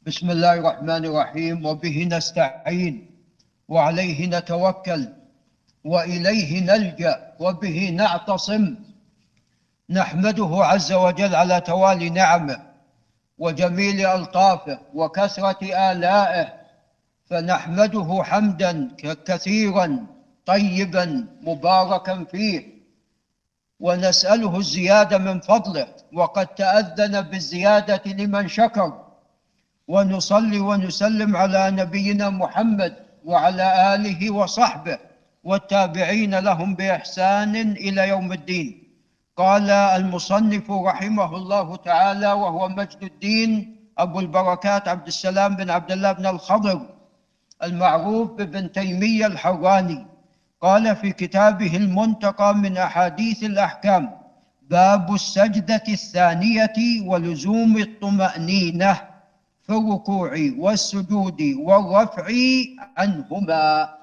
بسم الله الرحمن الرحيم، وبه نستعين وعليه نتوكل وإليه نلجأ وبه نعتصم. نحمده عز وجل على توالي نعمه وجميل ألطافه وكثرة آلائه، فنحمده حمدا كثيرا طيبا مباركا فيه، ونسأله الزيادة من فضله، وقد تأذن بالزيادة لمن شكر. ونصلي ونسلم على نبينا محمد وعلى آله وصحبه والتابعين لهم بإحسان إلى يوم الدين. قال المصنف رحمه الله تعالى، وهو مجد الدين أبو البركات عبد السلام بن عبد الله بن الخضر المعروف بابن تيمية الحراني، قال في كتابه المنتقى من أحاديث الأحكام: باب السجدة الثانية ولزوم الطمأنينة في الركوع والسجود والرفع عنهما.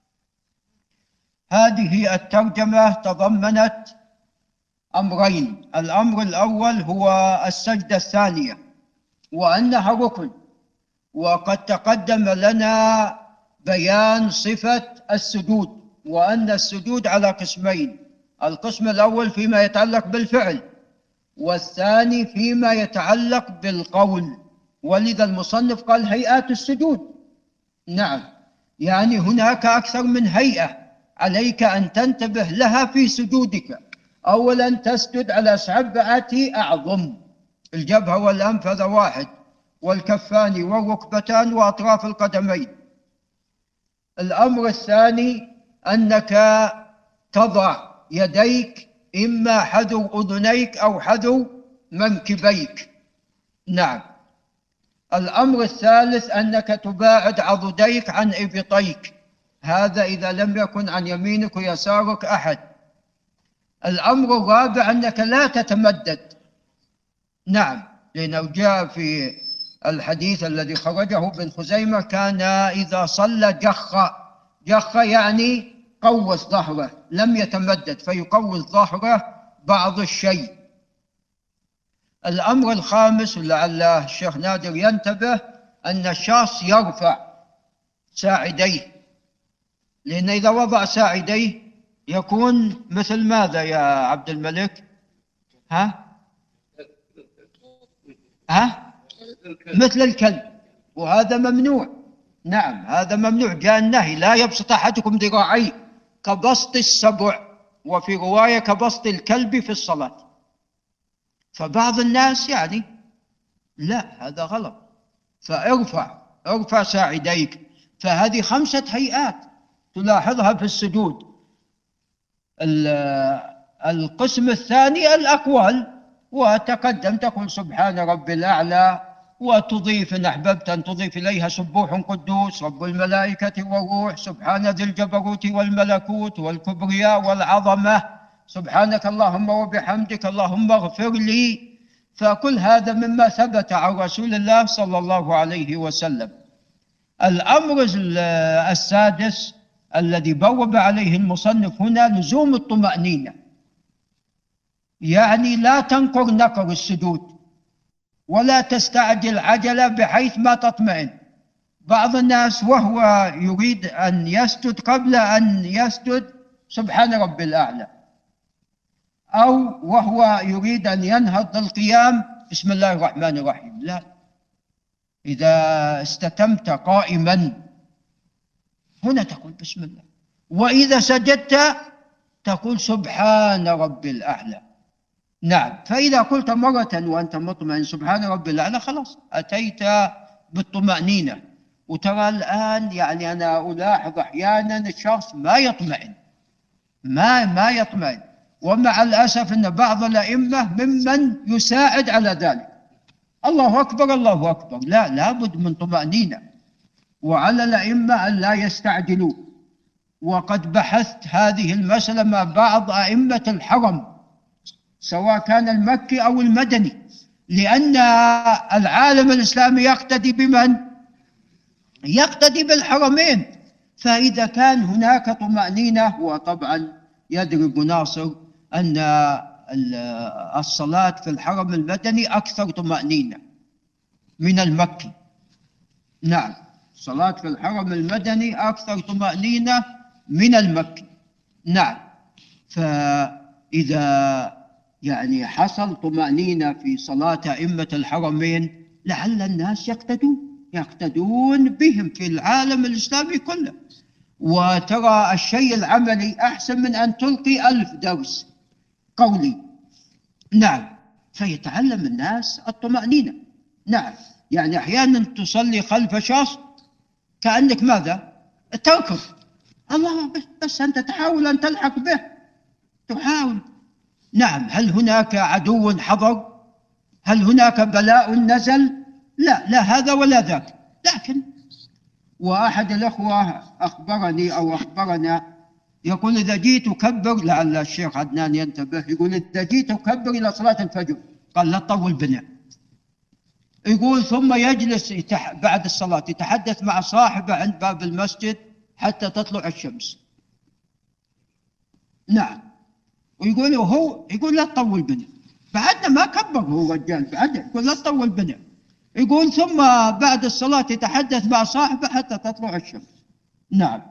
هذه الترجمة تضمنت أمرين: الأمر الأول هو السجدة الثانية وأنها ركن، وقد تقدم لنا بيان صفة السجود، وأن السجود على قسمين: القسم الأول فيما يتعلق بالفعل، والثاني فيما يتعلق بالقول. ولذا المصنف قال هيئات السجود. نعم، يعني هناك أكثر من هيئة عليك أن تنتبه لها في سجودك. أولا تسجد على 7 أعظم: الجبهة والأنف هذا واحد، والكفان والركبتان وأطراف القدمين. الأمر الثاني أنك تضع يديك إما حذو أذنيك أو حذو منكبيك. نعم. الأمر الثالث أنك تباعد عضديك عن إبطيك، هذا إذا لم يكن عن يمينك ويسارك أحد. الأمر الرابع أنك لا تتمدد. نعم، لأنه جاء في الحديث الذي خرجه ابن خزيمة: كان إذا صلى جخ يعني قوس ظهره، لم يتمدد، فيقوس ظهره بعض الشيء. الأمر الخامس، ولعل الشيخ نادر ينتبه، أن الشخص يرفع ساعديه، لأن إذا وضع ساعديه يكون مثل ماذا يا عبد الملك؟ مثل الكلب، وهذا ممنوع. نعم، هذا ممنوع. جاء النهي: لا يبسط أحدكم ذراعيه كبسط السبع، وفي رواية كبسط الكلب في الصلاة. فبعض الناس يعني لا، هذا غلط، ارفع ساعديك. فهذه 5 هيئات تلاحظها في السجود. القسم الثاني الأقوال، وتقدم تقول سبحان ربي الأعلى، وتضيف إن أحببت أن تضيف إليها سبوح قدوس رب الملائكة والروح، سبحان ذي الجبروت والملكوت والكبرياء والعظمة، سبحانك اللهم وبحمدك اللهم اغفر لي. فكل هذا مما ثبت عن رسول الله صلى الله عليه وسلم. الأمر السادس الذي بوب عليه المصنف هنا: لزوم الطمأنينة، يعني لا تنقر نقر السجود، ولا تستعجل عجلة بحيث ما تطمئن. بعض الناس وهو يريد أن يسجد قبل أن يسجد سبحان ربي الأعلى، أو وهو يريد أن ينهض للقيام بسم الله الرحمن الرحيم. لا، إذا استتمت قائما هنا تقول بسم الله، وإذا سجدت تقول سبحان ربي الأعلى. نعم، فإذا قلت مرة وأنت مطمئن سبحان ربي الأعلى خلاص أتيت بالطمأنينة. وترى الآن يعني أنا ألاحظ أحيانا الشخص ما يطمئن، ما يطمئن، ومع الأسف أن بعض الأئمة ممن يساعد على ذلك. الله أكبر الله أكبر، لا، لابد من طمأنينة. وعلى الأئمة أن لا يستعجلوا. وقد بحثت هذه المسألة مع بعض أئمة الحرم سواء كان المكي أو المدني، لأن العالم الإسلامي يقتدي بمن؟ يقتدي بالحرمين. فإذا كان هناك طمأنينة، وطبعا يدري أبو ناصر أن الصلاة في الحرم المدني أكثر طمأنينة من المكي، نعم، الصلاة في الحرم المدني أكثر طمأنينة من المكي. نعم، فإذا يعني حصل طمأنينة في صلاة أئمة الحرمين لعل الناس يقتدون بهم في العالم الإسلامي كله. وترى الشيء العملي أحسن من أن تلقي 1000 درس قولي. نعم، فيتعلم الناس الطمأنينة. نعم، يعني أحيانا تصلي خلف شخص كأنك ماذا؟ تركض. الله، بس أنت تحاول أن تلحق به، تحاول. نعم، هل هناك عدو حضر؟ هل هناك بلاء نزل؟ لا، لا هذا ولا ذاك. لكن وأحد الأخوة أخبرني أو أخبرنا يقول إذا جيت أكبر، لعل الشيخ عدنان ينتبه، يقول إذا جيت أكبر إلى صلاة الفجر، قال لا تطول بنا. يقول ثم يجلس بعد الصلاة يتحدث مع صاحبه عند باب المسجد حتى تطلع الشمس. نعم، ويقول يقول لا تطول بنا، بعدنا ما كبر هو رجال، بعدنا يقول لا تطول بنا. يقول ثم بعد الصلاة يتحدث مع صاحبه حتى تطلع الشمس. نعم،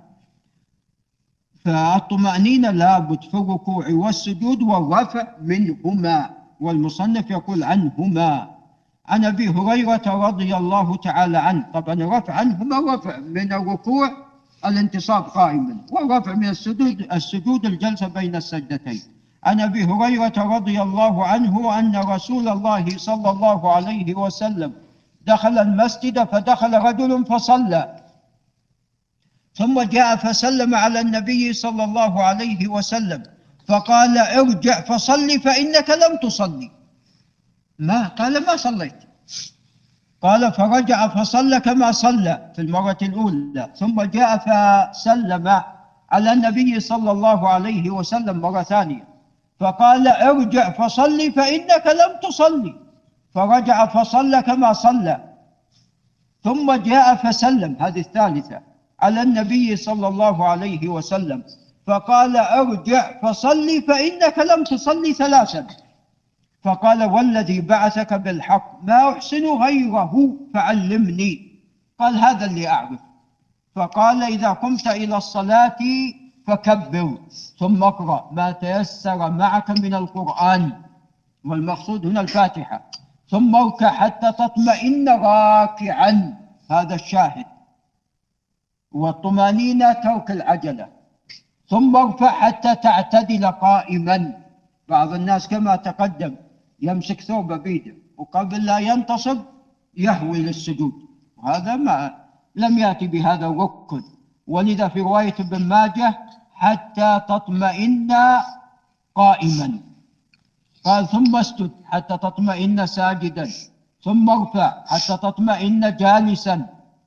فالطمأنينة لابد في الركوع والسجود والرفع منهما، والمصنف يقول عنهما. عن أبي هريرة رضي الله تعالى عنه، طبعا الرفع عنهما رفع من الركوع الانتصاب قائما، والرفع من السجود الجلسة بين السجدتين. عن أبي هريرة رضي الله عنه أن رسول الله صلى الله عليه وسلم دخل المسجد فدخل رجل فصلى، ثم جاء فسلم على النبي صلى الله عليه وسلم فقال ارجع فصلي فإنك لم تصلي. قال ما صليت. قال فرجع فصلى كما صلى في المرة الأولى، ثم جاء فسلم على النبي صلى الله عليه وسلم مرة ثانية فقال ارجع فصلي فإنك لم تصلي، فرجع فصلى كما صلى، ثم جاء فسلم، هذه الثالثة، على النبي صلى الله عليه وسلم فقال ارجع فصلي فإنك لم تصلي ثلاثا، فقال والذي بعثك بالحق ما أحسن غيره فعلمني. قال هذا اللي أعرف. فقال إذا قمت إلى الصلاة فكبر، ثم اقرأ ما تيسر معك من القرآن، والمقصود هنا الفاتحة، ثم اركع حتى تطمئن راكعا، هذا الشاهد. والطمأنينة ترك العجلة. ثم ارفع حتى تعتدل قائما. بعض الناس كما تقدم يمسك ثوبه بيده وقبل لا ينتصب يهوي للسجود، وهذا ما لم يأتي بهذا الركن. ولذا في رواية ابن ماجه حتى تطمئن قائما، قال ثم اسجد حتى تطمئن ساجدا، ثم ارفع حتى تطمئن جالسا.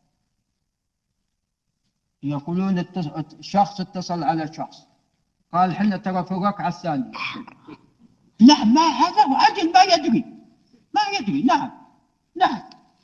يقولون شخص اتصل على شخص قال حنا ترى في الركعة الثانية. نعم، ما هذا عجل، ما يدري. نعم.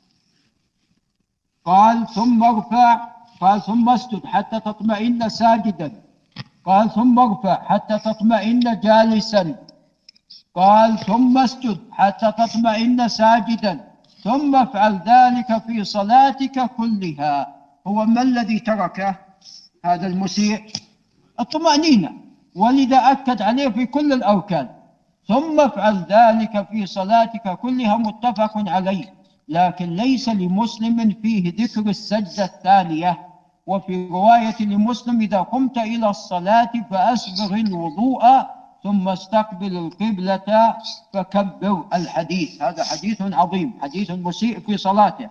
قال ثم ارفع، قال ثم اسجد حتى تطمئن ساجدا، قال ثم ارفع حتى تطمئن جالسا، قال ثم اسجد حتى تطمئن ساجدا، ثم افعل ذلك في صلاتك كلها. هو ما الذي تركه هذا المسيء؟ الطمأنينة، ولذا أكد عليه في كل الأركان. ثم افعل ذلك في صلاتك كلها، متفق عليه، لكن ليس لمسلم فيه ذكر السجدة الثانية. وفي رواية لمسلم إذا قمت إلى الصلاة فأسبغ الوضوء ثم استقبل القبلة فكبر. الحديث هذا حديث عظيم، حديث مسيء في صلاته.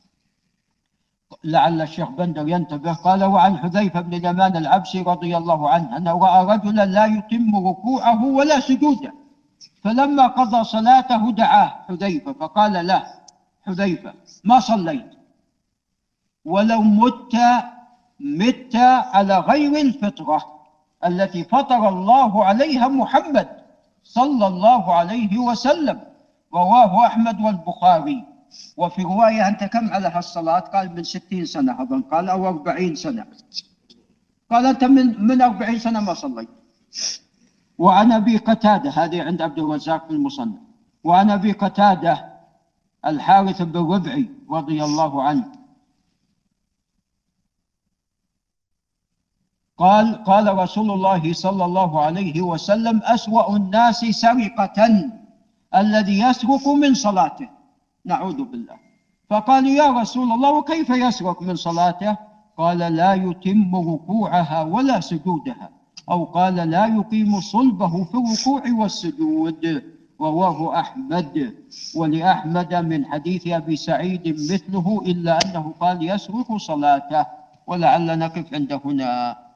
لعل الشيخ بندر ينتبه. قال وعن حذيفة بن اليمان العبسي رضي الله عنه أنه رأى رجلا لا يتم ركوعه ولا سجوده، فلما قضى صلاته دعاه حذيفة فقال له حذيفة ما صليت، ولو مت على غير الفطرة التي فطر الله عليها محمد صلى الله عليه وسلم. رواه أحمد والبخاري. وفي رواية أنت كم على هالصلاة؟ قال من 60 سنة أظن، قال أو 40 سنة. قال أنت من 40 سنة ما صليت. وعن أبي قتادة، هذه عند عبد الرزاق في المصنف، وعن أبي قتادة الحارث بن ربعي رضي الله عنه قال رسول الله صلى الله عليه وسلم: أسوأ الناس سرقة الذي يسرق من صلاته. نعوذ بالله. فقالوا: يا رسول الله وكيف يسرق من صلاته؟ قال: لا يتم ركوعها ولا سجودها، أو قال: لا يقيم صلبه في الركوع والسجود. رواه أحمد. ولأحمد من حديث أبي سعيد مثله، إلا أنه قال: يسرق صلاته. ولعل نقف عند هنا.